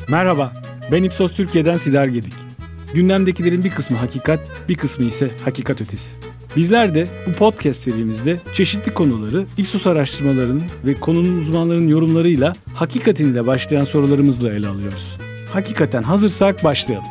Merhaba, ben Ipsos Türkiye'den Sidar Gedik. Gündemdekilerin bir kısmı hakikat, bir kısmı ise hakikat ötesi. Bizler de bu podcast serimizde çeşitli konuları Ipsos araştırmalarının ve konunun uzmanlarının yorumlarıyla hakikatinle başlayan sorularımızla ele alıyoruz. Hakikaten hazırsak başlayalım.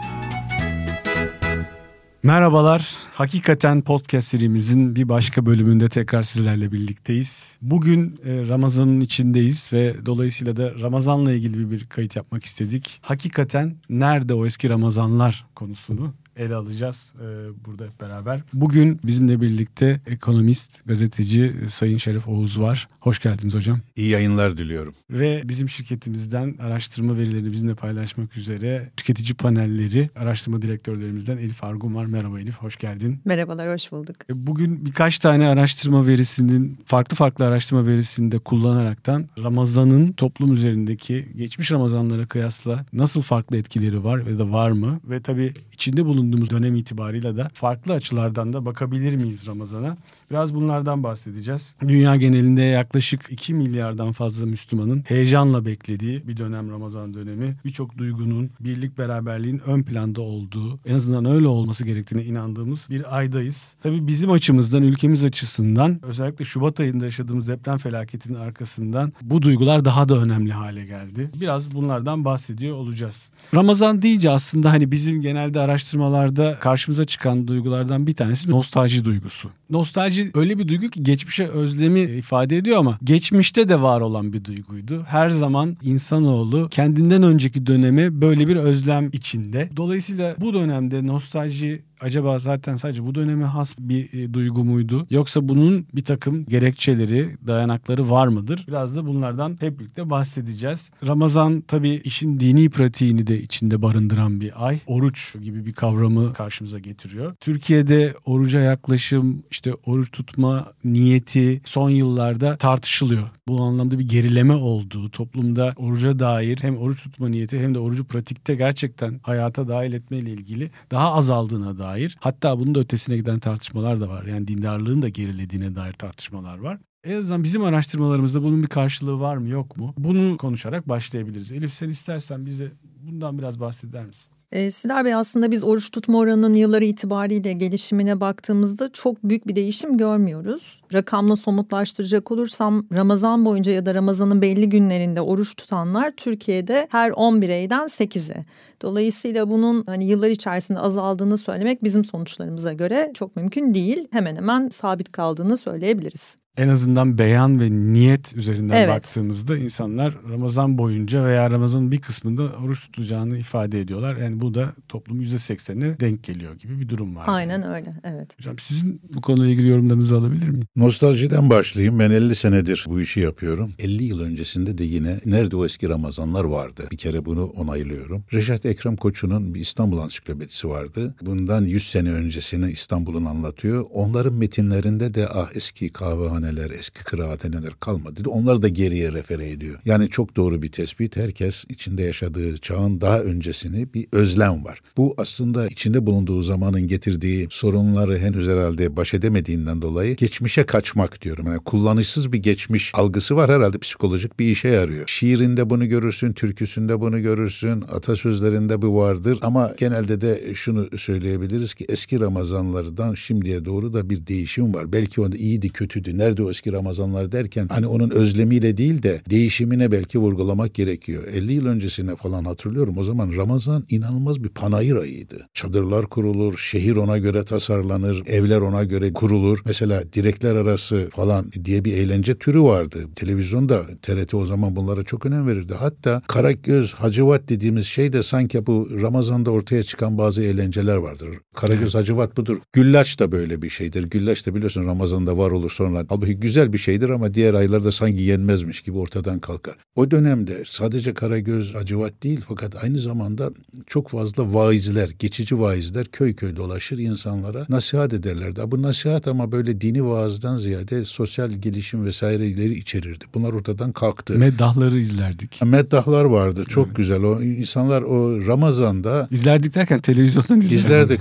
Merhabalar, Hakikaten podcast serimizin bir başka bölümünde tekrar sizlerle birlikteyiz. Bugün Ramazan'ın içindeyiz ve dolayısıyla da Ramazan'la ilgili bir kayıt yapmak istedik. Hakikaten nerede o eski Ramazanlar konusunu ele alacağız burada hep beraber. Bugün bizimle birlikte ekonomist, gazeteci Sayın Şeref Oğuz var. Hoş geldiniz hocam. İyi yayınlar diliyorum. Ve bizim şirketimizden araştırma verilerini bizimle paylaşmak üzere tüketici panelleri araştırma direktörlerimizden Elif Argun var. Merhaba Elif, hoş geldin. Merhabalar, hoş bulduk. Bugün birkaç tane araştırma verisinin, farklı araştırma verisini de kullanaraktan Ramazan'ın toplum üzerindeki geçmiş Ramazanlara kıyasla nasıl farklı etkileri var ve de var mı? Ve tabii içinde bulunduğumuz dönem itibarıyla da farklı açılardan da bakabilir miyiz Ramazan'a? Biraz bunlardan bahsedeceğiz. Dünya genelinde yaklaşık 2 milyardan fazla Müslümanın heyecanla beklediği bir dönem Ramazan dönemi. Birçok duygunun, birlik beraberliğin ön planda olduğu, en azından öyle olması gerektiğine inandığımız bir aydayız. Tabii bizim açımızdan, ülkemiz açısından özellikle Şubat ayında yaşadığımız deprem felaketinin arkasından bu duygular daha da önemli hale geldi. Biraz bunlardan bahsediyor olacağız. Ramazan deyince aslında hani bizim genelde araştırmalarda karşımıza çıkan duygulardan bir tanesi nostalji duygusu. Nostalji öyle bir duygu ki geçmişe özlemi ifade ediyor ama geçmişte de var olan bir duyguydu. Her zaman insanoğlu kendinden önceki döneme böyle bir özlem içinde. Dolayısıyla bu dönemde nostalji acaba zaten sadece bu döneme has bir duygu muydu? Yoksa bunun bir takım gerekçeleri, dayanakları var mıdır? Biraz da bunlardan hep birlikte bahsedeceğiz. Ramazan tabii işin dini pratiğini de içinde barındıran bir ay. Oruç gibi bir kavramı karşımıza getiriyor. Türkiye'de oruca yaklaşım, işte oruç tutma niyeti son yıllarda tartışılıyor. Bu anlamda bir gerileme olduğu, toplumda oruca dair hem oruç tutma niyeti hem de orucu pratikte gerçekten hayata dahil etmeyle ilgili daha azaldığına dair. Hatta bunun da ötesine giden tartışmalar da var. Yani dindarlığın da gerilediğine dair tartışmalar var. En azından bizim araştırmalarımızda bunun bir karşılığı var mı yok mu? Bunu konuşarak başlayabiliriz. Elif, sen istersen bize bundan biraz bahseder misin? Sidar Bey, aslında biz oruç tutma oranının yılları itibariyle gelişimine baktığımızda çok büyük bir değişim görmüyoruz. Rakamla somutlaştıracak olursam Ramazan boyunca ya da Ramazan'ın belli günlerinde oruç tutanlar Türkiye'de her 10 bireyden 8'i. Dolayısıyla bunun yıllar içerisinde azaldığını söylemek bizim sonuçlarımıza göre çok mümkün değil. Hemen hemen sabit kaldığını söyleyebiliriz. En azından beyan ve niyet üzerinden baktığımızda insanlar Ramazan boyunca veya Ramazan'ın bir kısmında oruç tutacağını ifade ediyorlar. Yani bu da toplumun %80'ine denk geliyor gibi bir durum var. Aynen öyle, evet. Hocam, sizin bu konuyla ilgili yorumlarınızı alabilir miyim? Nostaljiden başlayayım. Ben 50 senedir bu işi yapıyorum. 50 yıl öncesinde de yine nerede o eski Ramazanlar vardı. Bir kere bunu onaylıyorum. Reşat Ekrem Koçu'nun bir İstanbul Ansiklopedisi vardı. Bundan 100 sene öncesini İstanbul'un anlatıyor. Onların metinlerinde de eski kahvehaneler, eski kıraathaneler kalmadı. Onlar da geriye refere ediyor. Yani çok doğru bir tespit. Herkes içinde yaşadığı çağın daha öncesini bir özlem var. Bu aslında içinde bulunduğu zamanın getirdiği sorunları henüz herhalde baş edemediğinden dolayı geçmişe kaçmak diyorum. Yani kullanışsız bir geçmiş algısı var, herhalde psikolojik bir işe yarıyor. Şiirinde bunu görürsün, türküsünde bunu görürsün, atasözlerinde bu vardır ama genelde de şunu söyleyebiliriz ki eski Ramazanlardan şimdiye doğru da bir değişim var. Belki o iyiydi, kötüydü. Nerede o eski Ramazanlar derken hani onun özlemiyle değil de değişimine belki vurgulamak gerekiyor. 50 yıl öncesine falan hatırlıyorum. O zaman Ramazan inanılmaz bir panayır ayıydı. Çadırlar kurulur, şehir ona göre tasarlanır, evler ona göre kurulur. Mesela direkler arası falan diye bir eğlence türü vardı. Televizyonda TRT o zaman bunlara çok önem verirdi. Hatta Karagöz, Hacivat dediğimiz şey de sanki bu Ramazan'da ortaya çıkan bazı eğlenceler vardır. Karagöz, Hacivat budur. Güllaç da böyle bir şeydir. Güllaç da biliyorsun Ramazan'da var olur sonra. Halbuki güzel bir şeydir ama diğer aylarda sanki yenmezmiş gibi ortadan kalkar. O dönemde sadece Karagöz, Hacivat değil fakat aynı zamanda çok fazla vaizler, geçici vaizler köy köy dolaşır, insanlara nasihat ederlerdi. Bu nasihat ama böyle dini vaazdan ziyade sosyal gelişim vesaireleri içerirdi. Bunlar ortadan kalktı. Meddahları izlerdik. Meddahlar vardı. Çok güzel. O insanlar o Ramazan'da İzlerdik derken televizyondan izlerdik. Tabii.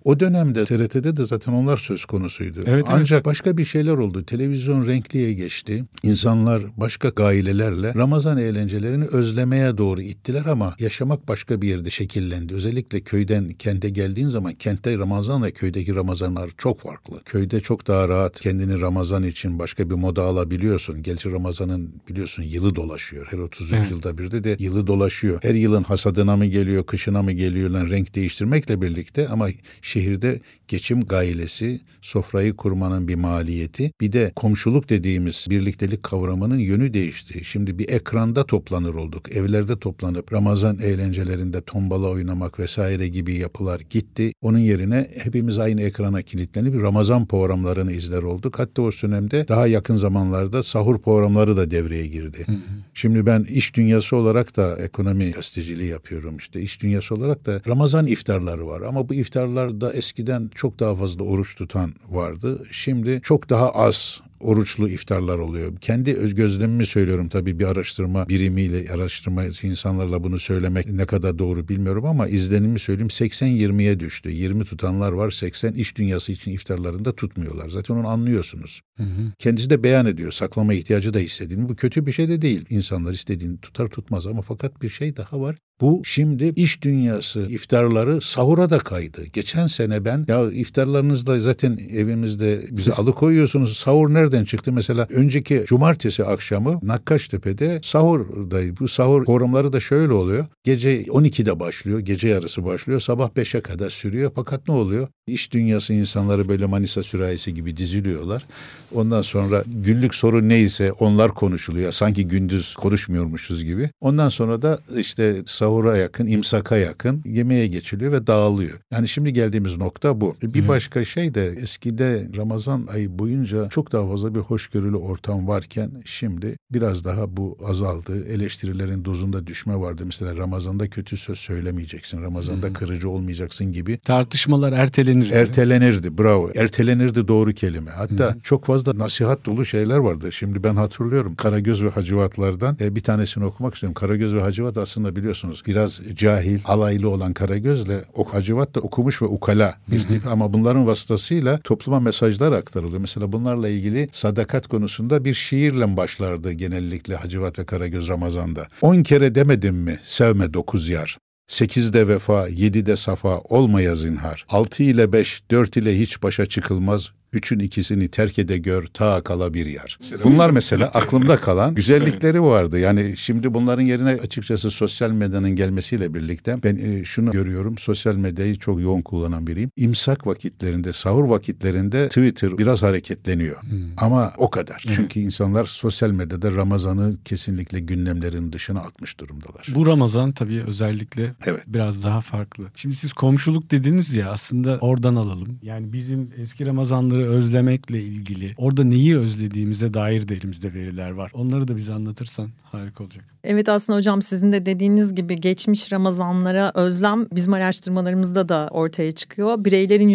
O dönemde TRT'de de zaten onlar söz konusuydu. Evet, ancak başka bir şeyler oldu. Televizyon renkliye geçti. İnsanlar başka gailelerle Ramazan eğlencelerini özlemeye doğru ittiler ama yaşamak başka bir yerde şekillendi. Özellikle köyden kente geldiğin zaman kentte Ramazanla köydeki Ramazanlar çok farklı. Köyde çok daha rahat kendini Ramazan için başka bir moda alabiliyorsun. Gerçi Ramazan'ın biliyorsun yılı dolaşıyor. Her 33 yılda bir de yılı dolaşıyor. Her yılın hasadına mı geliyor, kışına mı geliyor lan renk değiştirmekle birlikte ama şehirde geçim gailesi, sofrayı kurmanın bir maliyeti, bir de komşuluk dediğimiz birliktelik kavramının yönü değişti. Şimdi bir ekranda toplanır olduk. Evlerde toplanıp Ramazan eğlencelerinde tombala oynamak vesaire gibi yapılar gitti. Onun yerine hepimiz aynı ekrana kilitlenip Ramazan programlarını izler olduk. Hatta o dönemde daha yakın zamanlarda sahur programları da devreye girdi. Şimdi ben iş dünyası olarak da ekonomi gazeteciliği yapıyorum işte. İş dünyası olarak da Ramazan iftarları var ama bu iftarlarda eskiden çok daha fazla oruç tutan vardı. Şimdi çok daha az oruçlu iftarlar oluyor. Kendi öz gözlemimi söylüyorum tabii bir araştırma birimiyle, araştırma insanlarla bunu söylemek ne kadar doğru bilmiyorum ama izlenimi söyleyeyim 80-20'ye düştü. 20 tutanlar var, 80 iş dünyası için iftarlarında tutmuyorlar. Zaten onu anlıyorsunuz. Kendisi de beyan ediyor. Saklama ihtiyacı da hissedilmiyor. Bu kötü bir şey de değil. İnsanlar istediğini tutar tutmaz ama fakat bir şey daha var. Bu şimdi iş dünyası iftarları sahura da kaydı. Geçen sene ben ya iftarlarınızda zaten evimizde bizi alıkoyuyorsunuz. Sahur nereden çıktı? Mesela önceki cumartesi akşamı Nakkaştepe'de sahurdaydı. Bu sahur forumları da şöyle oluyor. Gece 12'de başlıyor. Gece yarısı başlıyor. Sabah 5'e kadar sürüyor. Fakat ne oluyor? İş dünyası insanları böyle Manisa sürahisi gibi diziliyorlar. Ondan sonra günlük sorun neyse onlar konuşuluyor. Sanki gündüz konuşmuyormuşuz gibi. Ondan sonra da işte sahura yakın, imsaka yakın yemeğe geçiliyor ve dağılıyor. Yani şimdi geldiğimiz nokta bu. Bir başka şey de eskide Ramazan ayı boyunca çok daha fazla bir hoşgörülü ortam varken şimdi biraz daha bu azaldı. Eleştirilerin dozunda düşme vardı. Mesela Ramazan'da kötü söz söylemeyeceksin. Ramazan'da kırıcı olmayacaksın gibi. Tartışmalar ertelenirdi. Ertelenirdi, bravo. Ertelenirdi doğru kelime. Hatta çok fazla nasihat dolu şeyler vardı. Şimdi ben hatırlıyorum Karagöz ve Hacivatlardan bir tanesini okumak istiyorum. Karagöz ve Hacivat aslında biliyorsunuz biraz cahil, alaylı olan Karagöz'le Hacivat da okumuş ve ukala bir tip ama bunların vasıtasıyla topluma mesajlar aktarılıyor. Mesela bunlarla ilgili sadakat konusunda bir şiirle başlardı genellikle Hacivat ve Karagöz Ramazan'da. 10 kere demedim mi sevme 9 yar. 8'de vefa, 7'de safa olmaya zinhar. 6 ile 5, 4 ile hiç başa çıkılmaz. 3'ün ikisini terk ede gör, ta kala bir yar. Bunlar mesela aklımda kalan güzellikleri vardı. Yani şimdi bunların yerine açıkçası sosyal medyanın gelmesiyle birlikte ben şunu görüyorum. Sosyal medyayı çok yoğun kullanan biriyim. İmsak vakitlerinde, sahur vakitlerinde Twitter biraz hareketleniyor. Ama o kadar. Çünkü insanlar sosyal medyada Ramazan'ı kesinlikle gündemlerin dışına atmış durumdalar. Bu Ramazan tabii özellikle biraz daha farklı. Şimdi siz komşuluk dediniz ya aslında oradan alalım. Yani bizim eski Ramazanları özlemekle ilgili orada neyi özlediğimize dair de elimizde veriler var. Onları da bize anlatırsan harika olacak. Evet aslında hocam sizin de dediğiniz gibi geçmiş Ramazanlara özlem bizim araştırmalarımızda da ortaya çıkıyor. Bireylerin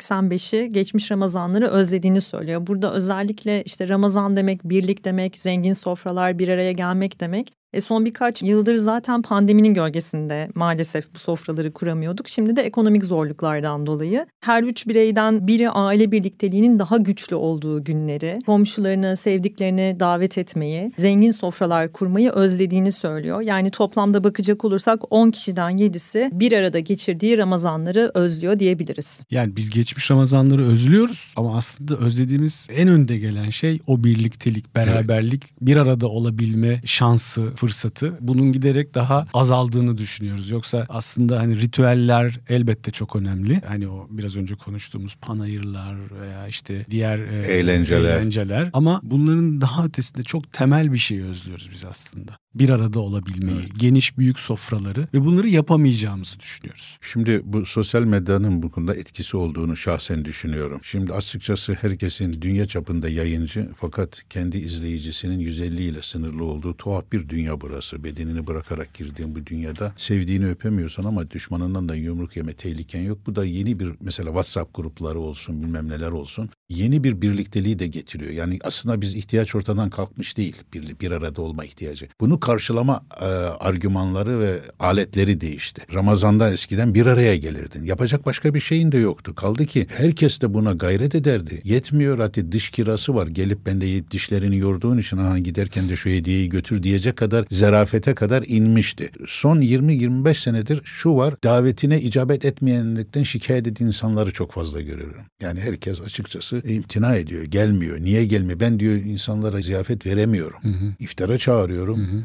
%85'i geçmiş Ramazanları özlediğini söylüyor. Burada özellikle işte Ramazan demek, birlik demek, zengin sofralar bir araya gelmek demek. Son birkaç yıldır zaten pandeminin gölgesinde maalesef bu sofraları kuramıyorduk. Şimdi de ekonomik zorluklardan dolayı her 3 bireyden biri aile birlikteliğinin daha güçlü olduğu günleri, komşularını, sevdiklerini davet etmeyi, zengin sofralar kurmayı özlediğini söylüyor. Yani toplamda bakacak olursak 10 kişiden 7'si bir arada geçirdiği Ramazanları özlüyor diyebiliriz. Yani biz geçmiş Ramazanları özlüyoruz ama aslında özlediğimiz en önde gelen şey o birliktelik, beraberlik, bir arada olabilme şansı, fırsatı. Bunun giderek daha azaldığını düşünüyoruz. Yoksa aslında hani ritüeller elbette çok önemli. Hani o biraz önce konuştuğumuz panayırlar veya işte diğer eğlenceler. Ama bunların daha ötesinde çok temel bir şeyi özlüyoruz biz aslında. Bir arada olabilmeyi, geniş büyük sofraları ve bunları yapamayacağımızı düşünüyoruz. Şimdi bu sosyal medyanın bu konuda etkisi olduğunu şahsen düşünüyorum. Şimdi açıkçası herkesin dünya çapında yayıncı fakat kendi izleyicisinin 150 ile sınırlı olduğu tuhaf bir dünya dünya burası. Bedenini bırakarak girdiğin bu dünyada sevdiğini öpemiyorsun ama düşmanından da yumruk yeme tehliken yok. Bu da yeni bir mesela WhatsApp grupları olsun, bilmem neler olsun. Yeni bir birlikteliği de getiriyor. Yani aslında biz ihtiyaç ortadan kalkmış değil. Bir arada olma ihtiyacı. Bunu karşılama argümanları ve aletleri değişti. Ramazan'da eskiden bir araya gelirdin. Yapacak başka bir şeyin de yoktu. Kaldı ki herkes de buna gayret ederdi. Yetmiyor, hatta diş kirası var. Gelip ben de dişlerini yorduğun için giderken de şu hediyeyi götür diyecek kadar zarafete kadar inmişti. Son 20-25 senedir şu var. Davetine icabet etmeyenlikten şikayet eden insanları çok fazla görüyorum. Yani herkes açıkçası imtina ediyor. Gelmiyor. Niye gelmiyor? Ben diyor insanlara ziyafet veremiyorum. İftara çağırıyorum.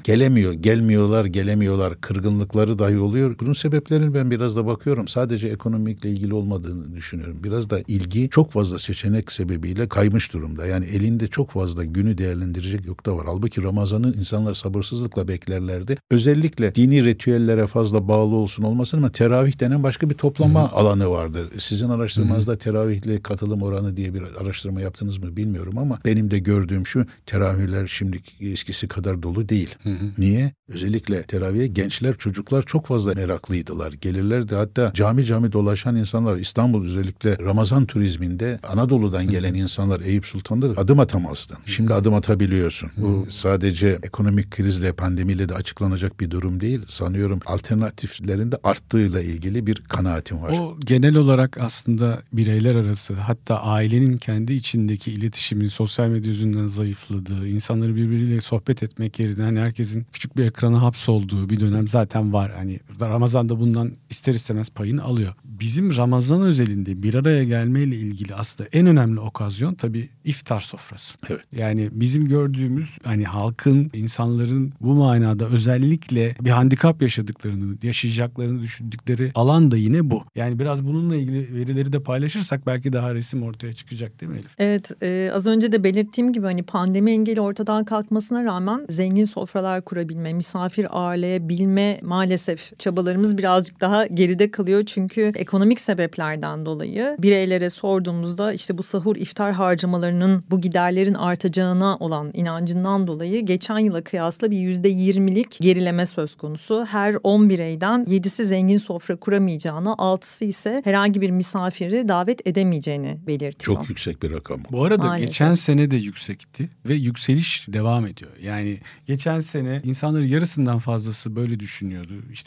Gelemiyorlar. Kırgınlıkları dahi oluyor. Bunun sebeplerini ben biraz da bakıyorum. Sadece ekonomikle ilgili olmadığını düşünüyorum. Biraz da ilgi çok fazla seçenek sebebiyle kaymış durumda. Yani elinde çok fazla günü değerlendirecek nokta var. Halbuki Ramazan'ı insanlar sabırsızlıkla beklerlerdi. Özellikle dini ritüellere fazla bağlı olsun olmasın ama teravih denen başka bir toplama alanı vardı. Sizin araştırmanızda teravihle katılım oranı diye bir araştırma yaptınız mı bilmiyorum ama benim de gördüğüm şu, teravihler şimdi eskisi kadar dolu değil. Niye? Özellikle teravihe gençler, çocuklar çok fazla meraklıydılar. Gelirlerdi, hatta cami dolaşan insanlar, İstanbul özellikle Ramazan turizminde Anadolu'dan gelen insanlar Eyüp Sultan'da adım atamazdın. Şimdi adım atabiliyorsun. Bu sadece ekonomik krizle, pandemiyle de açıklanacak bir durum değil. Sanıyorum alternatiflerin de arttığıyla ilgili bir kanaatim var. O genel olarak aslında bireyler arası, hatta ailenin kendi içindeki iletişimin sosyal medya yüzünden zayıfladığı, insanları birbiriyle sohbet etmek yerine hani herkesin küçük bir ekrana hapsolduğu bir dönem zaten var. Hani Ramazan'da bundan ister istemez payını alıyor. Bizim Ramazan özelinde bir araya gelmeyle ilgili aslında en önemli okazyon tabii iftar sofrası. Evet. Yani bizim gördüğümüz hani halkın, insanların bu manada özellikle bir handikap yaşayacaklarını düşündükleri alan da yine bu. Yani biraz bununla ilgili verileri de paylaşırsak belki daha resim ortaya çıkacak değil mi Elif? Evet, az önce de belirttiğim gibi hani pandemi engeli ortadan kalkmasına rağmen zengin sofralar kurabilme, misafir ağırlayabilme maalesef çabalarımız birazcık daha geride kalıyor. Çünkü ekonomik sebeplerden dolayı bireylere sorduğumuzda işte bu sahur iftar harcamalarının bu giderlerin artacağına olan inancından dolayı geçen yıla kıyasla bir %20'lik gerileme söz konusu. Her 10 bireyden 7'si zengin sofra kuramayacağını, 6'sı ise herhangi bir misafiri davet edemeyeceğini belirtiyor. Çok yüksek bir rakam. Bu arada Maalesef. geçen sene de yüksekti ve yükseliş devam ediyor. Yani geçen sene insanların yarısından fazlası böyle düşünüyordu. İşte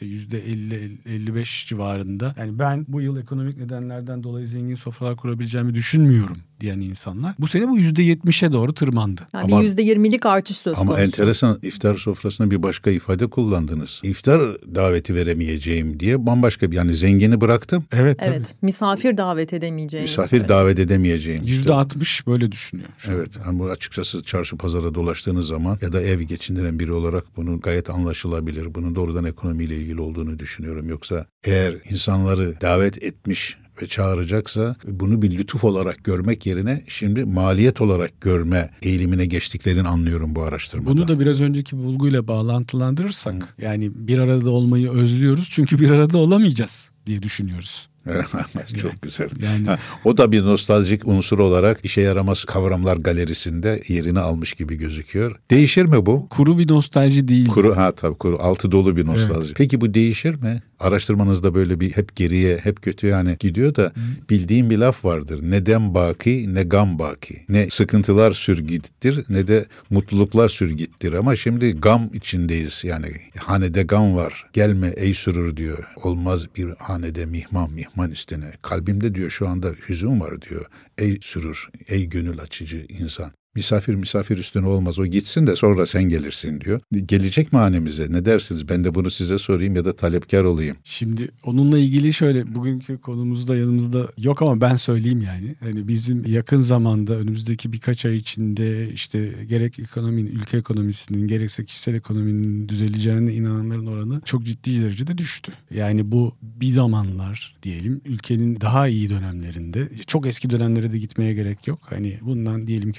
%50-55 civarında. Yani ben bu yıl ekonomik nedenlerden dolayı zengin sofralar kurabileceğimi düşünmüyorum diyen insanlar. Bu sene bu %70'e doğru tırmandı. Yani Ama- bir %20'lik artış söz konusu. Ama enteresan, iftar sofrasına bir başka ifade kullandınız. İftar daveti veremeyeceğim diye bambaşka bir, yani zengini bıraktım. Evet tabii. Evet, misafir davet edemeyeceğimiz. Misafir davet edemeyeceğim. %60 böyle düşünüyor. şu an. Evet, yani bu açıkçası çarşı pazara dolaştığınız zaman ya da ev geçindiren biri olarak bunu gayet anlaşılabilir. Bunun doğrudan ekonomiyle ilgili olduğunu düşünüyorum. Yoksa eğer insanları davet etmiş ve çağıracaksa bunu bir lütuf olarak görmek yerine şimdi maliyet olarak görme eğilimine geçtiklerini anlıyorum bu araştırmada. Bunu da biraz önceki bulguyla bağlantılandırırsak yani bir arada olmayı özlüyoruz çünkü bir arada olamayacağız diye düşünüyoruz. Çok güzel. Yani O da bir nostaljik unsur olarak işe yaramaz kavramlar galerisinde yerini almış gibi gözüküyor. Değişir mi bu? kuru bir nostalji değil. Kuru, altı dolu bir nostalji. Evet. Peki bu değişir mi? Araştırmanızda böyle bir hep geriye, hep kötü yani gidiyor da bildiğim bir laf vardır. Ne dem baki ne gam baki. Ne sıkıntılar sürgittir ne de mutluluklar sürgittir. Ama şimdi gam içindeyiz. Yani hanede gam var. Gelme ey sürür diyor. Olmaz bir hanede mihman üstüne. Kalbimde diyor şu anda hüzün var diyor. Ey sürür, ey gönül açıcı insan. Misafir üstüne olmaz, o gitsin de sonra sen gelirsin diyor. Gelecek mi hanemize? Ne dersiniz? Ben de bunu size sorayım ya da talepkar olayım. Şimdi onunla ilgili şöyle, bugünkü konumuzda yanımızda yok ama ben söyleyeyim yani. Hani bizim yakın zamanda önümüzdeki birkaç ay içinde işte gerek ekonominin, ülke ekonomisinin gerekse kişisel ekonominin düzeleceğine inananların oranı çok ciddi derecede düştü. Yani bu bir zamanlar diyelim ülkenin daha iyi dönemlerinde, çok eski dönemlere de gitmeye gerek yok. Hani bundan diyelim ki 10 yıl önce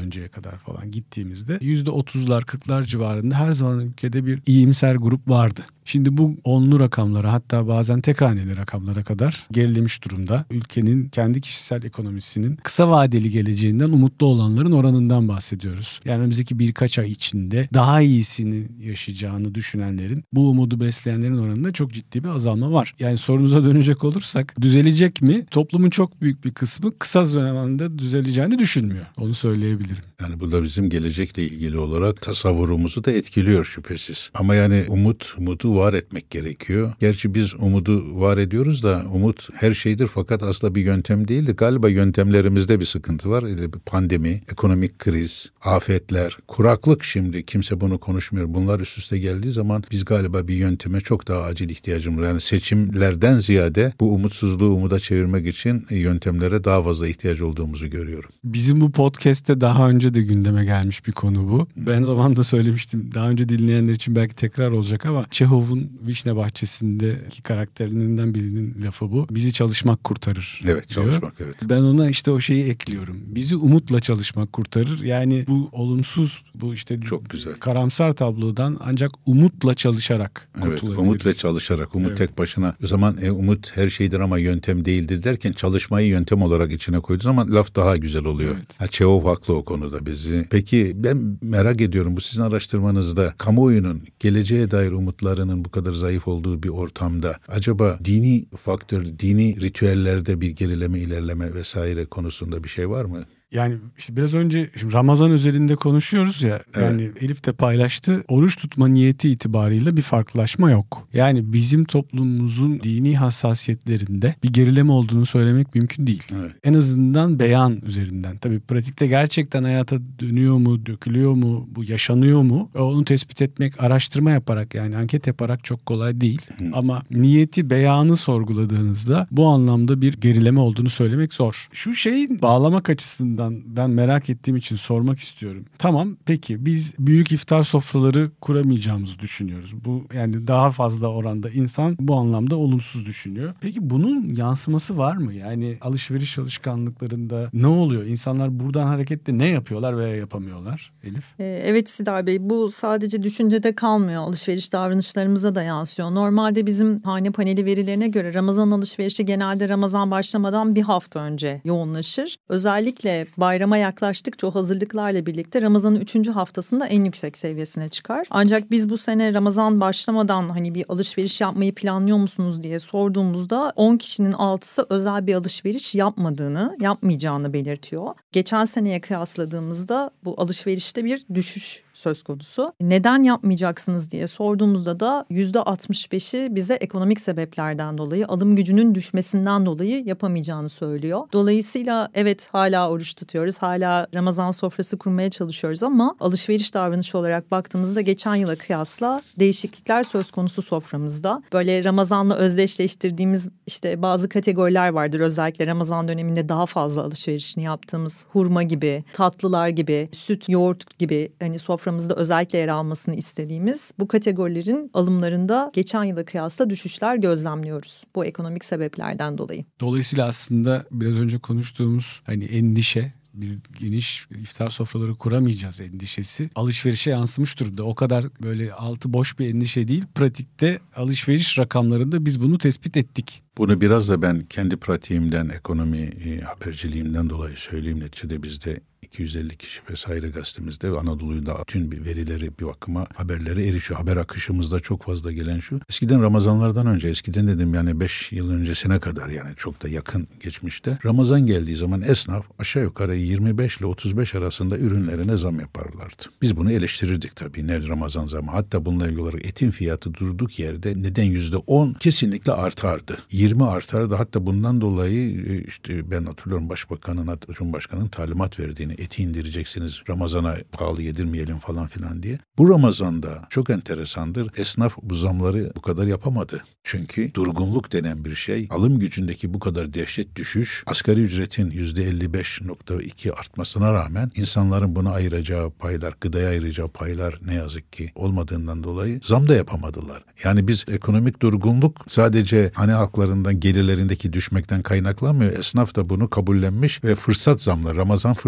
önceye kadar falan gittiğimizde %30'lar 40'lar civarında her zaman ülkede bir iyimser grup vardı. Şimdi bu onlu rakamlara, hatta bazen tek haneli rakamlara kadar gerilemiş durumda. Ülkenin kendi kişisel ekonomisinin kısa vadeli geleceğinden umutlu olanların oranından bahsediyoruz. Yani önümüzdeki birkaç ay içinde daha iyisini yaşayacağını düşünenlerin, bu umudu besleyenlerin oranında çok ciddi bir azalma var. Yani sorunuza dönecek olursak, düzelecek mi? Toplumun çok büyük bir kısmı kısa zamanda düzeleceğini düşünmüyor. Onu söyleyebilirim. Yani bu da bizim gelecekle ilgili olarak tasavvurumuzu da etkiliyor şüphesiz. Ama yani umudu var etmek gerekiyor. Gerçi biz umudu var ediyoruz da umut her şeydir fakat aslında bir yöntem değildi. Galiba yöntemlerimizde bir sıkıntı var. Pandemi, ekonomik kriz, afetler, kuraklık, şimdi kimse bunu konuşmuyor. Bunlar üst üste geldiği zaman biz galiba bir yönteme çok daha acil ihtiyacımız var. Yani seçimlerden ziyade bu umutsuzluğu umuda çevirmek için yöntemlere daha fazla ihtiyaç olduğumuzu görüyorum. Bizim bu podcast'te daha önce de gündeme gelmiş bir konu bu. Ben o zaman da söylemiştim. Daha önce dinleyenler için belki tekrar olacak ama Çehov'un Vişne Bahçesi'ndeki karakterinden birinin lafı bu. Bizi çalışmak kurtarır. Evet, diyor. çalışmak, evet. Ben ona işte o şeyi ekliyorum. Bizi umutla çalışmak kurtarır. Yani bu olumsuz, bu işte çok güzel, karamsar tablodan ancak umutla çalışarak kurtulabiliriz. Evet, umut ve çalışarak. Umut tek başına. O zaman umut her şeydir ama yöntem değildir derken çalışmayı yöntem olarak içine koyduğu zaman laf daha güzel oluyor. Evet. Çehov haklı o konuda bizi. Peki ben merak ediyorum, bu sizin araştırmanızda kamuoyunun geleceğe dair umutlarının bu kadar zayıf olduğu bir ortamda acaba dini faktör, dini ritüellerde bir gerileme, ilerleme vesaire konusunda bir şey var mı? Yani işte biraz önce şimdi Ramazan üzerinde konuşuyoruz ya, evet. Yani Elif de paylaştı. Oruç tutma niyeti itibarıyla bir farklılaşma yok. Yani bizim toplumumuzun dini hassasiyetlerinde bir gerileme olduğunu söylemek mümkün değil. Evet. En azından beyan üzerinden. Tabii pratikte gerçekten hayata dönüyor mu, dökülüyor mu, bu yaşanıyor mu? Onu tespit etmek araştırma yaparak, yani anket yaparak çok kolay değil. Ama niyeti, beyanı sorguladığınızda bu anlamda bir gerileme olduğunu söylemek zor. Şu şeyi bağlamak açısından ben merak ettiğim için sormak istiyorum. Tamam, peki biz büyük iftar sofraları kuramayacağımızı düşünüyoruz. Bu yani daha fazla oranda insan bu anlamda olumsuz düşünüyor. Peki bunun yansıması var mı? Yani alışveriş alışkanlıklarında ne oluyor? İnsanlar buradan hareketle ne yapıyorlar veya yapamıyorlar Elif? Evet Sidar Bey, bu sadece düşüncede kalmıyor. Alışveriş davranışlarımıza da yansıyor. Normalde bizim hane paneli verilerine göre Ramazan alışverişi genelde Ramazan başlamadan bir hafta önce yoğunlaşır. Özellikle bayrama yaklaştıkça o hazırlıklarla birlikte Ramazan'ın 3. haftasında en yüksek seviyesine çıkar. Ancak biz bu sene Ramazan başlamadan hani bir alışveriş yapmayı planlıyor musunuz diye sorduğumuzda 10 kişinin 6'sı özel bir alışveriş yapmayacağını belirtiyor. Geçen seneye kıyasladığımızda bu alışverişte bir düşüş söz konusu. Neden yapmayacaksınız diye sorduğumuzda da %65'i bize ekonomik sebeplerden dolayı, alım gücünün düşmesinden dolayı yapamayacağını söylüyor. Dolayısıyla evet, hala oruç tutuyoruz, hala Ramazan sofrası kurmaya çalışıyoruz ama alışveriş davranışı olarak baktığımızda geçen yıla kıyasla değişiklikler söz konusu soframızda. Böyle Ramazan'la özdeşleştirdiğimiz işte bazı kategoriler vardır. Özellikle Ramazan döneminde daha fazla alışverişini yaptığımız hurma gibi, tatlılar gibi, süt, yoğurt gibi hani soframızda özellikle yer almasını istediğimiz bu kategorilerin alımlarında geçen yıla kıyasla düşüşler gözlemliyoruz. Bu ekonomik sebeplerden dolayı. Dolayısıyla aslında biraz önce konuştuğumuz hani endişe, biz geniş iftar sofraları kuramayacağız endişesi alışverişe yansımış durumda. O kadar böyle altı boş bir endişe değil. Pratikte alışveriş rakamlarında biz bunu tespit ettik. Bunu biraz da ben kendi pratiğimden, ekonomi haberciliğimden dolayı söyleyeyim. Neticede bizde 250 kişi vesaire gazetemizde ve Anadolu'da bütün bir verileri, bir bakıma haberlere erişiyor. Haber akışımızda çok fazla gelen şu. Eskiden Ramazanlardan önce, eskiden dedim yani 5 yıl öncesine kadar, yani çok da yakın geçmişte, Ramazan geldiği zaman esnaf aşağı yukarı 25 ile 35 arasında ürünlerine zam yaparlardı. Biz bunu eleştirirdik tabii, ne Ramazan zamı. Hatta bununla ilgili olarak etin fiyatı durduk yerde neden %10 kesinlikle artardı. 20 artardı. Hatta bundan dolayı işte ben hatırlıyorum Cumhurbaşkanı'nın talimat verdiğini, eti indireceksiniz, Ramazan'a pahalı yedirmeyelim falan filan diye. Bu Ramazan'da çok enteresandır. Esnaf bu zamları bu kadar yapamadı. Çünkü durgunluk denen bir şey, alım gücündeki bu kadar dehşet düşüş, asgari ücretin %55.2 artmasına rağmen insanların buna ayıracağı paylar, gıdaya ayıracağı paylar ne yazık ki olmadığından dolayı zam da yapamadılar. Yani biz ekonomik durgunluk sadece hane halklarından gelirlerindeki düşmekten kaynaklanmıyor. Esnaf da bunu kabullenmiş ve fırsat zamları, Ramazan fırsat zamları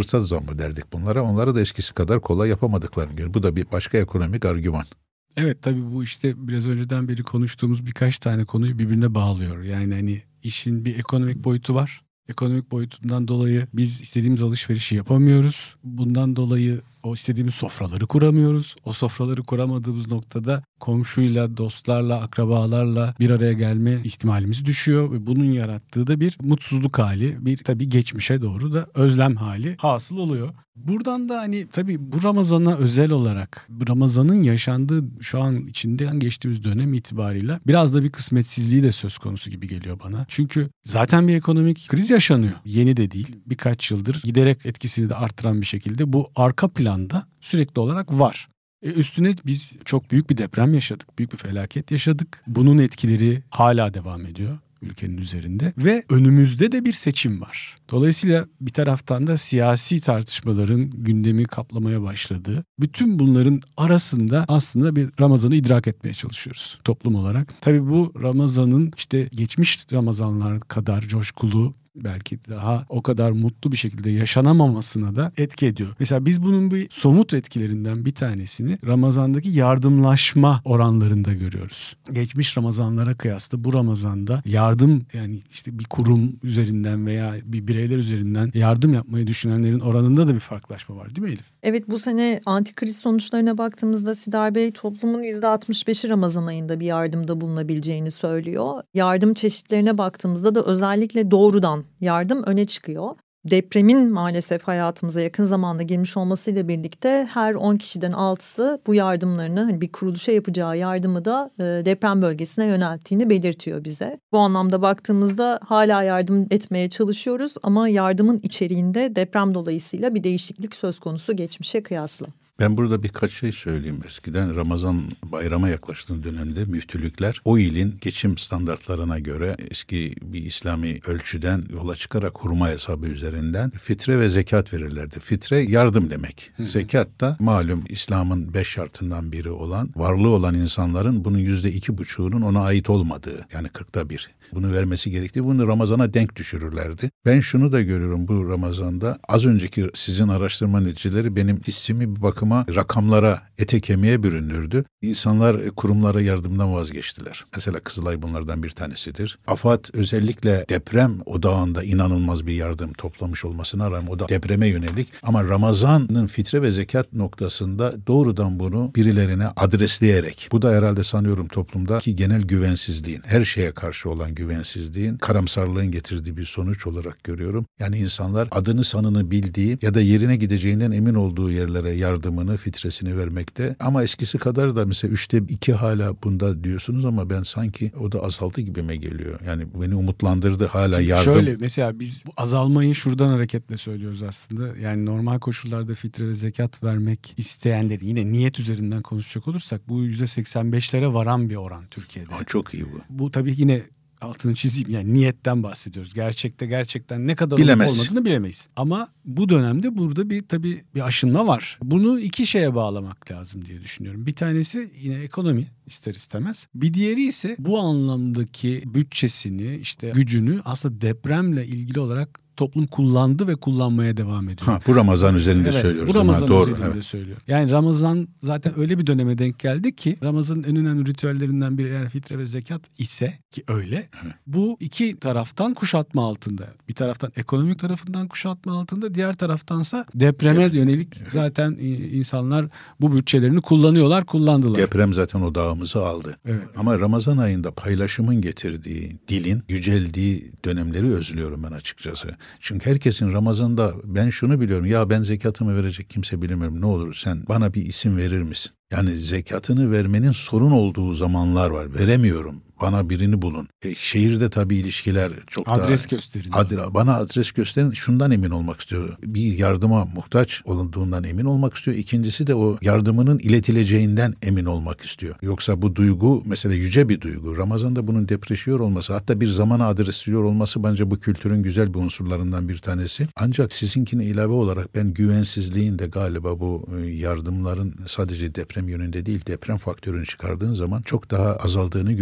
mu derdik bunlara. Onları da eskisi kadar kolay yapamadıklarını görüyorum. Bu da bir başka ekonomik argüman. Evet, tabii bu işte biraz önceden beri konuştuğumuz birkaç tane konuyu birbirine bağlıyor. Yani hani işin bir ekonomik boyutu var. Ekonomik boyutundan dolayı biz istediğimiz alışverişi yapamıyoruz. Bundan dolayı o istediğimiz sofraları kuramıyoruz. O sofraları kuramadığımız noktada komşuyla, dostlarla, akrabalarla bir araya gelme ihtimalimiz düşüyor. Ve bunun yarattığı da bir mutsuzluk hali, bir tabii geçmişe doğru da özlem hali hasıl oluyor. Buradan da hani tabii bu Ramazan'a özel olarak Ramazan'ın yaşandığı şu an içinden geçtiğimiz dönem itibarıyla biraz da bir kısmetsizliği de söz konusu gibi geliyor bana. Çünkü zaten bir ekonomik kriz yaşanıyor. Yeni de değil, birkaç yıldır giderek etkisini de arttıran bir şekilde bu arka planda sürekli olarak var. Üstüne biz çok büyük bir deprem yaşadık, büyük bir felaket yaşadık. Bunun etkileri hala devam ediyor ülkenin üzerinde ve önümüzde de bir seçim var. Dolayısıyla bir taraftan da siyasi tartışmaların gündemi kaplamaya başladığı, bütün bunların arasında aslında bir Ramazan'ı idrak etmeye çalışıyoruz toplum olarak. Tabii bu Ramazan'ın işte geçmiş Ramazanlar kadar coşkulu, belki daha o kadar mutlu bir şekilde yaşanamamasına da etki ediyor. Mesela biz bunun bir somut etkilerinden bir tanesini Ramazan'daki yardımlaşma oranlarında görüyoruz. Geçmiş Ramazanlara kıyasla bu Ramazan'da yardım, yani işte bir kurum üzerinden veya bir bireyler üzerinden yardım yapmayı düşünenlerin oranında da bir farklılaşma var, değil mi Elif? Evet, bu sene antikriz sonuçlarına baktığımızda Sidar Bey toplumun %65'i Ramazan ayında bir yardımda bulunabileceğini söylüyor. Yardım çeşitlerine baktığımızda da özellikle doğrudan yardım öne çıkıyor. Depremin maalesef hayatımıza yakın zamanda girmiş olmasıyla birlikte her 10 kişiden 6'sı bu yardımlarını, hani bir kuruluşa yapacağı yardımı da deprem bölgesine yönelttiğini belirtiyor bize. Bu anlamda baktığımızda hala yardım etmeye çalışıyoruz ama yardımın içeriğinde deprem dolayısıyla bir değişiklik söz konusu geçmişe kıyasla. Ben burada birkaç şey söyleyeyim. Eskiden Ramazan bayrama yaklaştığı dönemde müftülükler o ilin geçim standartlarına göre eski bir İslami ölçüden yola çıkarak hurma hesabı üzerinden fitre ve zekat verirlerdi. Fitre yardım demek. Zekat da malum İslam'ın 5 şartından biri olan, varlığı olan insanların bunun %2,5'unun ona ait olmadığı, yani 1/40. Bunu vermesi gerektiği, bunu Ramazan'a denk düşürürlerdi. Ben şunu da görüyorum bu Ramazan'da, az önceki sizin araştırma neticeleri benim hissimi bir bakıma rakamlara, ete kemiğe bürünürdü. İnsanlar kurumlara yardımdan vazgeçtiler. Mesela Kızılay bunlardan bir tanesidir. AFAD özellikle deprem odağında inanılmaz bir yardım toplamış olmasına rağmen o da depreme yönelik. Ama Ramazan'ın fitre ve zekat noktasında doğrudan bunu birilerine adresleyerek, bu da herhalde sanıyorum toplumdaki genel güvensizliğin, her şeye karşı olan güvensizliğin, karamsarlığın getirdiği bir sonuç olarak görüyorum. Yani insanlar adını sanını bildiği ya da yerine gideceğinden emin olduğu yerlere yardımını, fitresini vermekte. Ama eskisi kadar da mesela 2/3 hala bunda diyorsunuz ama ben sanki o da azaldı gibime geliyor. Yani beni umutlandırdı hala yardım. Şöyle mesela biz bu azalmayı şuradan hareketle söylüyoruz aslında. Yani normal koşullarda fitre ve zekat vermek isteyenleri, yine niyet üzerinden konuşacak olursak, bu %85'lere varan bir oran Türkiye'de. Çok iyi bu. Bu tabii yine altını çizeyim, yani niyetten bahsediyoruz. Gerçekten ne kadar olmadığını bilemeyiz. Ama bu dönemde burada tabii bir aşınma var. Bunu iki şeye bağlamak lazım diye düşünüyorum. Bir tanesi yine ekonomi, ister istemez. Bir diğeri ise bu anlamdaki bütçesini, işte gücünü aslında depremle ilgili olarak toplum kullandı ve kullanmaya devam ediyor. Bu Ramazan üzerinde söylüyoruz. Bu Ramazan üzerinde söylüyor. Yani Ramazan zaten öyle bir döneme denk geldi ki Ramazan'ın en önemli ritüellerinden biri eğer fitre ve zekat ise, ki öyle. Evet. Bu iki taraftan kuşatma altında. Bir taraftan ekonomik tarafından kuşatma altında, diğer taraftansa depreme yönelik zaten insanlar bu bütçelerini kullandılar. Deprem zaten odağımızı aldı. Evet. Ama Ramazan ayında paylaşımın getirdiği, dilin yüceldiği dönemleri özlüyorum ben açıkçası. Çünkü herkesin Ramazan'da, ben şunu biliyorum, ya ben zekatımı verecek kimse bilmiyorum, ne olur sen bana bir isim verir misin? Yani zekatını vermenin sorun olduğu zamanlar var. Veremiyorum. Bana birini bulun. Şehirde tabii ilişkiler çok adres gösterin. Bana adres gösterin. Şundan emin olmak istiyor. Bir yardıma muhtaç olduğundan emin olmak istiyor. İkincisi de o yardımının iletileceğinden emin olmak istiyor. Yoksa bu duygu mesela yüce bir duygu. Ramazan'da bunun depreşiyor olması, hatta bir zamana adresliyor olması bence bu kültürün güzel bir unsurlarından bir tanesi. Ancak sizinkine ilave olarak ben güvensizliğin de galiba bu yardımların sadece deprem yönünde değil, deprem faktörünü çıkardığın zaman çok daha azaldığını görüyorum. Ben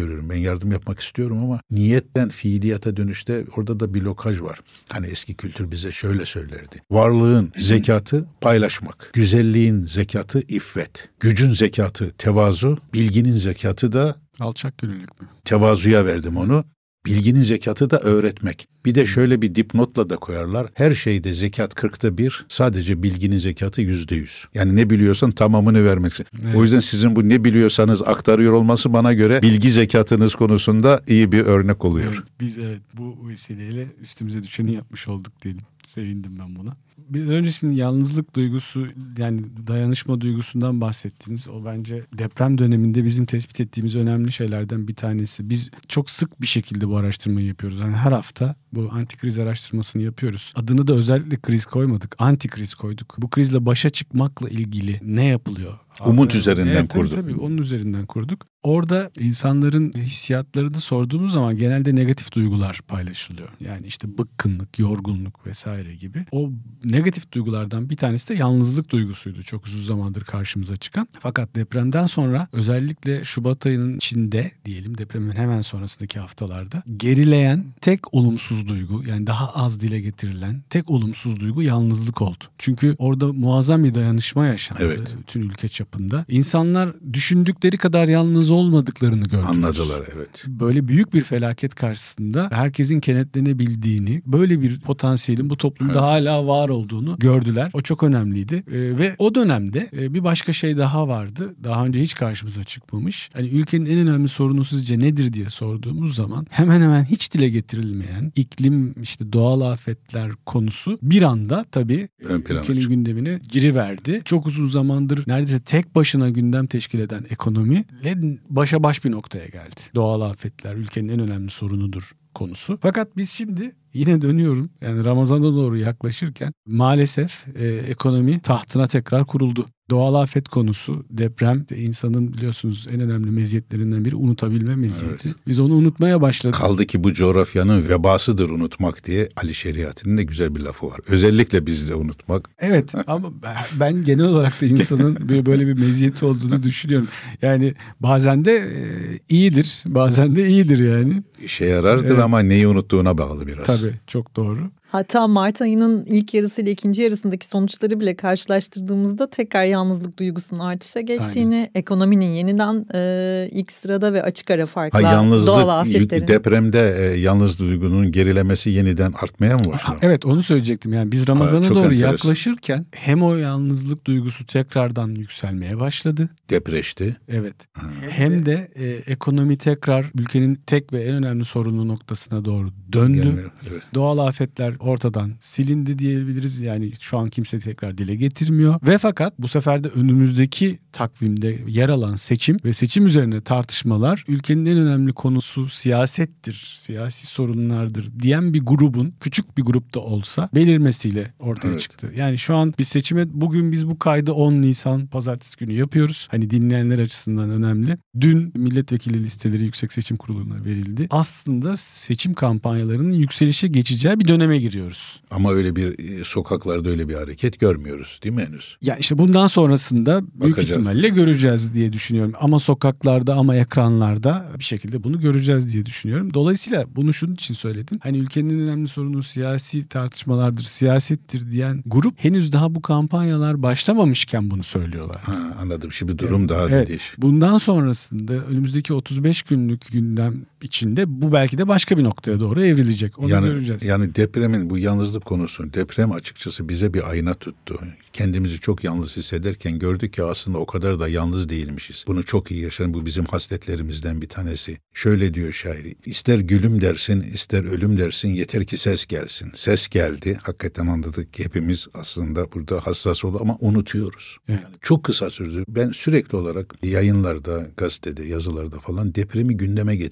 yardım yapmak istiyorum ama niyetten fiiliyata dönüşte orada da bir blokaj var. Hani eski kültür bize şöyle söylerdi. Varlığın zekatı paylaşmak. Güzelliğin zekatı iffet. Gücün zekatı tevazu. Bilginin zekatı da Alçak gönüllülük mü? tevazuya verdim onu. Bilginin zekatı da öğretmek. Bir de şöyle bir dipnotla da koyarlar. Her şeyde zekat 1/40, sadece bilginin zekatı 100%. Yani ne biliyorsan tamamını vermek. Evet. O yüzden sizin bu ne biliyorsanız aktarıyor olması bana göre bilgi zekatınız konusunda iyi bir örnek oluyor. Evet, biz bu vesileyle üstümüze düşeni yapmış olduk diyelim. Sevindim ben buna. Biraz önce şimdi yalnızlık duygusu, yani dayanışma duygusundan bahsettiniz. O bence deprem döneminde bizim tespit ettiğimiz önemli şeylerden bir tanesi. Biz çok sık bir şekilde bu araştırmayı yapıyoruz. Yani her hafta bu antikriz araştırmasını yapıyoruz. Adını da özellikle kriz koymadık. Antikriz koyduk. Bu krizle başa çıkmakla ilgili ne yapılıyor? Umut üzerinden kurduk. Tabii onun üzerinden kurduk. Orada insanların hissiyatlarını sorduğumuz zaman genelde negatif duygular paylaşılıyor. Yani işte bıkkınlık, yorgunluk vesaire gibi. O negatif duygulardan bir tanesi de yalnızlık duygusuydu. Çok uzun zamandır karşımıza çıkan. Fakat depremden sonra özellikle Şubat ayının içinde diyelim, depremin hemen sonrasındaki haftalarda gerileyen tek olumsuz duygu, yani daha az dile getirilen tek olumsuz duygu yalnızlık oldu. Çünkü orada muazzam bir dayanışma yaşandı. Evet. Bütün ülke çapında. İnsanlar düşündükleri kadar yalnız olmadıklarını gördüler. Anladılar, evet. Böyle büyük bir felaket karşısında herkesin kenetlenebildiğini, böyle bir potansiyelin bu toplumda hala var olduğunu gördüler. O çok önemliydi. Ve o dönemde bir başka şey daha vardı. Daha önce hiç karşımıza çıkmamış. Hani ülkenin en önemli sorunu sizce nedir diye sorduğumuz zaman hemen hemen hiç dile getirilmeyen iklim, işte doğal afetler konusu bir anda tabii ülkenin gündemine giriverdi. Çok uzun zamandır neredeyse tek başına gündem teşkil eden ekonomiyle başa baş bir noktaya geldi. Doğal afetler ülkenin en önemli sorunudur konusu. Fakat biz şimdi yine dönüyorum, yani Ramazan'a doğru yaklaşırken maalesef ekonomi tahtına tekrar kuruldu. Doğal afet konusu, deprem, insanın biliyorsunuz en önemli meziyetlerinden biri unutabilme meziyeti. Evet. Biz onu unutmaya başladık. Kaldı ki bu coğrafyanın vebasıdır unutmak diye Ali Şeriati'nin de güzel bir lafı var. Özellikle bizde unutmak. Evet ama ben genel olarak da insanın böyle bir meziyeti olduğunu düşünüyorum. Yani bazen de iyidir, bazen de iyidir yani. İşe yarardır ama neyi unuttuğuna bağlı biraz. Tabii, çok doğru. Hatta Mart ayının ilk yarısı ile ikinci yarısındaki sonuçları bile karşılaştırdığımızda tekrar yalnızlık duygusunun artışa geçtiğini, aynen, ekonominin yeniden ilk sırada ve açık ara farkla doğal afetlerin. Depremde yalnızlık duygunun gerilemesi yeniden artmaya mı başladı? Evet, onu söyleyecektim. Yani biz Ramazan'a doğru yaklaşırken hem o yalnızlık duygusu tekrardan yükselmeye başladı. Depreşti. Evet. Hem de ekonomi tekrar ülkenin tek ve en önemli sorunlu noktasına doğru döndü. Evet. Doğal afetler ortadan silindi diyebiliriz. Yani şu an kimse tekrar dile getirmiyor. Ve fakat bu sefer de önümüzdeki takvimde yer alan seçim ve seçim üzerine tartışmalar ülkenin en önemli konusu siyasettir, siyasi sorunlardır diyen bir grubun, küçük bir grupta olsa belirmesiyle ortaya çıktı. Yani şu an biz seçime, bugün biz bu kaydı 10 Nisan Pazartesi günü yapıyoruz. Hani dinleyenler açısından önemli. Dün milletvekili listeleri Yüksek Seçim Kurulu'na verildi. Aslında seçim kampanyalarının yükselişe geçeceği bir döneme giriyoruz. Ama öyle bir sokaklarda öyle bir hareket görmüyoruz değil mi henüz? Ya işte bundan sonrasında büyük ihtimalle göreceğiz diye düşünüyorum. Ama sokaklarda ama ekranlarda bir şekilde bunu göreceğiz diye düşünüyorum. Dolayısıyla bunu şunun için söyledim. Hani ülkenin en önemli sorunu siyasi tartışmalardır, siyasettir diyen grup henüz daha bu kampanyalar başlamamışken bunu söylüyorlar. Anladım. Şimdi durum daha da değişik. Bundan sonrasında önümüzdeki 35 günlük gündem içinde bu belki de başka bir noktaya doğru evrilecek. Onu göreceğiz. Yani depremin bu yalnızlık konusu, deprem açıkçası bize bir ayna tuttu. Kendimizi çok yalnız hissederken gördük ki aslında o kadar da yalnız değilmişiz. Bunu çok iyi yaşayan, bu bizim hasletlerimizden bir tanesi. Şöyle diyor şair: ister gülüm dersin, ister ölüm dersin, yeter ki ses gelsin. Ses geldi. Hakikaten anladık ki hepimiz aslında burada hassas oldu ama unutuyoruz. Evet. Çok kısa sürdü. Ben sürekli olarak yayınlarda, gazetede, yazılarda falan depremi gündeme getirmeye,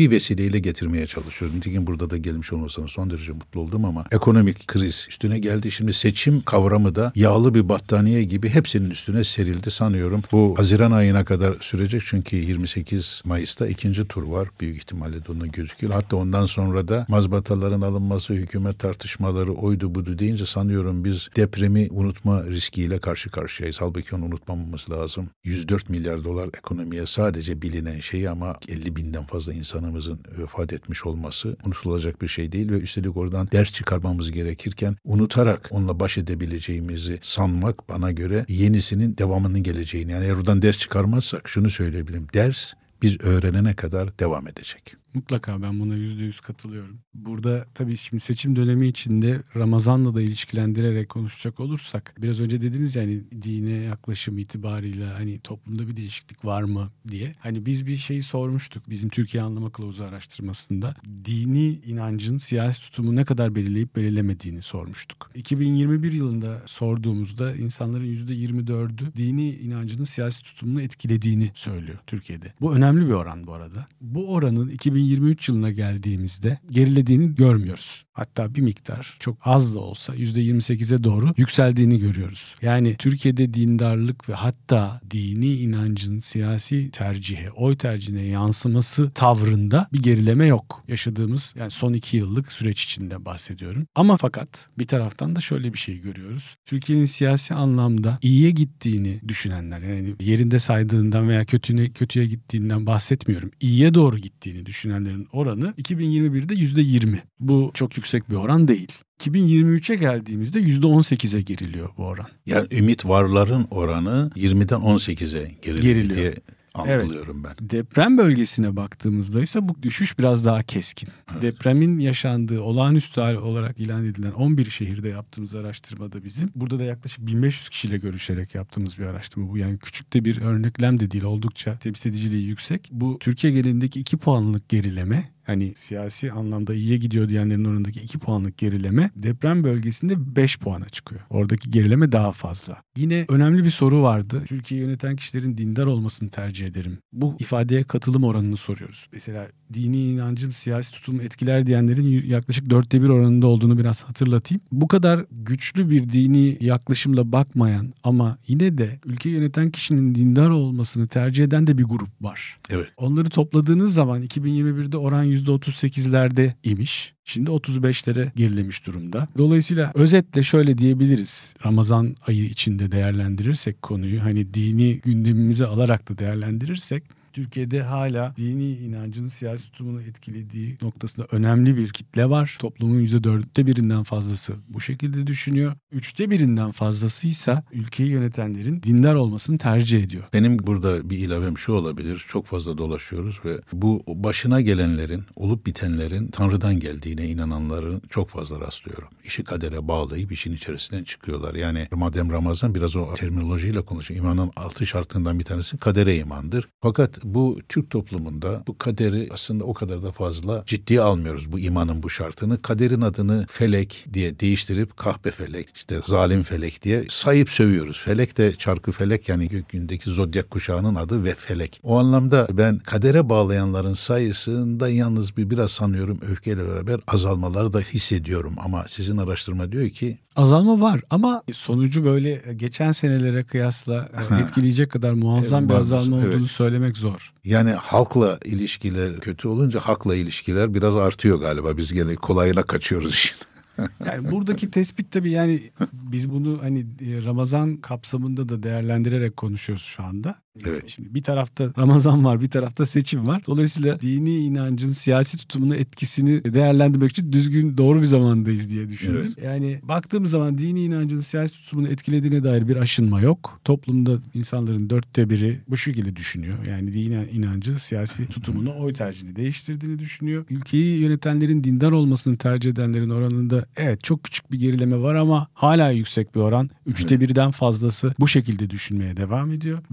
bir vesileyle getirmeye çalışıyoruz. Nitekim burada da gelmiş olmasına son derece mutlu oldum ama ekonomik kriz üstüne geldi. Şimdi seçim kavramı da yağlı bir battaniye gibi hepsinin üstüne serildi sanıyorum. Bu Haziran ayına kadar sürecek çünkü 28 Mayıs'ta ikinci tur var. Büyük ihtimalle de onun gözüküyor. Hatta ondan sonra da mazbataların alınması, hükümet tartışmaları, oydu budu deyince sanıyorum biz depremi unutma riskiyle karşı karşıyayız. Halbuki onu unutmamamız lazım. 104 milyar dolar ekonomiye sadece bilinen şey ama 50 binden fazla insanımızın vefat etmiş olması unutulacak bir şey değil ve üstelik oradan ders çıkarmamız gerekirken unutarak onunla baş edebileceğimizi sanmak bana göre yenisinin devamının geleceğini. Yani eğer oradan ders çıkarmazsak şunu söyleyebilirim. Ders biz öğrenene kadar devam edecek. Mutlaka ben buna %100 katılıyorum. Burada tabii şimdi seçim dönemi içinde Ramazan'la da ilişkilendirerek konuşacak olursak biraz önce dediniz yani dine yaklaşım itibariyle hani toplumda bir değişiklik var mı diye. Hani biz bir şeyi sormuştuk bizim Türkiye Anlama Kılavuzu araştırmasında. Dini inancın siyasi tutumu ne kadar belirleyip belirlemediğini sormuştuk. 2021 yılında sorduğumuzda insanların %24'ü dini inancının siyasi tutumunu etkilediğini söylüyor Türkiye'de. Bu önemli bir oran bu arada. Bu oranın 2023 yılına geldiğimizde gerilediğini görmüyoruz. Hatta bir miktar çok az da olsa %28'e doğru yükseldiğini görüyoruz. Yani Türkiye'de dindarlık ve hatta dini inancın siyasi tercihe, oy tercihine yansıması tavrında bir gerileme yok. Yaşadığımız yani son 2 yıllık süreç içinde bahsediyorum. Ama fakat bir taraftan da şöyle bir şey görüyoruz. Türkiye'nin siyasi anlamda iyiye gittiğini düşünenler yani yerinde saydığından veya kötüye gittiğinden bahsetmiyorum. İyiye doğru gittiğini düşünenlerin oranı 2021'de %20. Bu çok yüksek bir oran değil. 2023'e geldiğimizde %18'e geriliyor bu oran. Yani ümit varların oranı 20'den 18'e geriliyor diye algılıyorum ben. Deprem bölgesine baktığımızda ise bu düşüş biraz daha keskin. Evet. Depremin yaşandığı olağanüstü hal olarak ilan edilen 11 şehirde yaptığımız araştırmada bizim. Burada da yaklaşık 1500 kişiyle görüşerek yaptığımız bir araştırma bu. Yani küçük de bir örneklem de değil. Oldukça temsil ediciliği yüksek. Bu Türkiye genelindeki 2 puanlık gerileme hani siyasi anlamda iyiye gidiyor diyenlerin oranındaki 2 puanlık gerileme deprem bölgesinde 5 puana çıkıyor. Oradaki gerileme daha fazla. Yine önemli bir soru vardı. Türkiye'yi yöneten kişilerin dindar olmasını tercih ederim. Bu ifadeye katılım oranını soruyoruz. Mesela dini inancım siyasi tutumu etkiler diyenlerin yaklaşık 1/4 oranında olduğunu biraz hatırlatayım. Bu kadar güçlü bir dini yaklaşımla bakmayan ama yine de ülkeyi yöneten kişinin dindar olmasını tercih eden de bir grup var. Evet. Onları topladığınız zaman 2021'de oran %38'lerde imiş. Şimdi 35'lere gerilemiş durumda. Dolayısıyla özetle şöyle diyebiliriz. Ramazan ayı içinde değerlendirirsek konuyu hani dini gündemimize alarak da değerlendirirsek Türkiye'de hala dini inancın siyasi tutumunu etkilediği noktasında önemli bir kitle var. Toplumun %4'te 1'inden fazlası bu şekilde düşünüyor. 1/3 fazlasıysa ülkeyi yönetenlerin dindar olmasını tercih ediyor. Benim burada bir ilavem şu olabilir. Çok fazla dolaşıyoruz ve bu başına gelenlerin, olup bitenlerin Tanrı'dan geldiğine inananların çok fazla rastlıyorum. İşi kadere bağlayıp işin içerisinden çıkıyorlar. Yani madem Ramazan biraz o terminolojiyle konuşuyor. İmanın 6 şartından bir tanesi kadere imandır. Fakat bu Türk toplumunda bu kaderi aslında o kadar da fazla ciddiye almıyoruz bu imanın bu şartını. Kaderin adını felek diye değiştirip kahpe felek, işte zalim felek diye sayıp sövüyoruz. Felek de çarkı felek yani gökyüzündeki zodyak kuşağının adı ve felek. O anlamda ben kadere bağlayanların sayısında yalnız biraz sanıyorum öfkeyle beraber azalmaları da hissediyorum. Ama sizin araştırma diyor ki azalma var ama sonucu böyle geçen senelere kıyasla etkileyecek kadar muazzam bir azalma olduğunu söylemek zor. Yani halkla ilişkiler kötü olunca halkla ilişkiler biraz artıyor galiba. Biz gene kolayına kaçıyoruz işin. Yani buradaki tespit tabii yani biz bunu hani Ramazan kapsamında da değerlendirerek konuşuyoruz şu anda. Evet. Şimdi bir tarafta Ramazan var, bir tarafta seçim var. Dolayısıyla dini inancın siyasi tutumuna etkisini değerlendirmek için düzgün doğru bir zamandayız diye düşünüyorum. Evet. Yani baktığımız zaman dini inancın siyasi tutumunu etkilediğine dair bir aşınma yok. Toplumda insanların 1/4 bu şekilde düşünüyor. Yani dini inancı siyasi tutumunu, oy tercihini değiştirdiğini düşünüyor. Ülkeyi yönetenlerin dindar olmasını tercih edenlerin oranında evet çok küçük bir gerileme var ama hala yüksek bir oran. 1/3'den fazlası bu şekilde düşünmeye devam ediyor. Ve fakat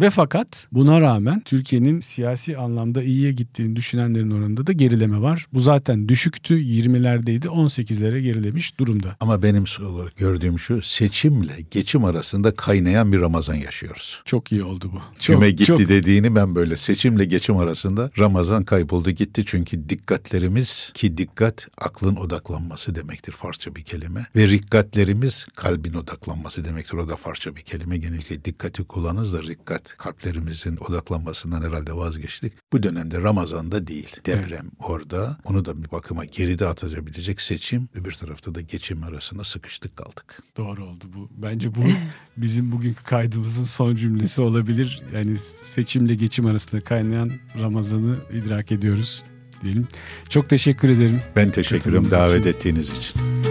Fakat buna rağmen Türkiye'nin siyasi anlamda iyiye gittiğini düşünenlerin oranında da gerileme var. Bu zaten düşüktü. 20'lerdeydi. 18'lere gerilemiş durumda. Ama benim olarak gördüğüm şu, seçimle geçim arasında kaynayan bir Ramazan yaşıyoruz. Çok iyi oldu bu. Küme gitti dediğini ben böyle, seçimle geçim arasında Ramazan kayboldu gitti. Çünkü dikkatlerimiz, ki dikkat aklın odaklanması demektir, Farsça bir kelime. Ve rikkatlerimiz kalbin odaklanması demektir. O da Farsça bir kelime. Genellikle dikkati kullanırız da rikkat, kalplerimizin odaklanmasından herhalde vazgeçtik. Bu dönemde Ramazan'da değil. Deprem orada. Onu da bir bakıma geride atabilecek seçim. Öbür tarafta da geçim arasında sıkıştık kaldık. Doğru oldu bu. Bence bu bizim bugünkü kaydımızın son cümlesi olabilir. Yani seçimle geçim arasında kaynayan Ramazan'ı idrak ediyoruz diyelim. Çok teşekkür ederim. Ben teşekkür ederim davet ettiğiniz için.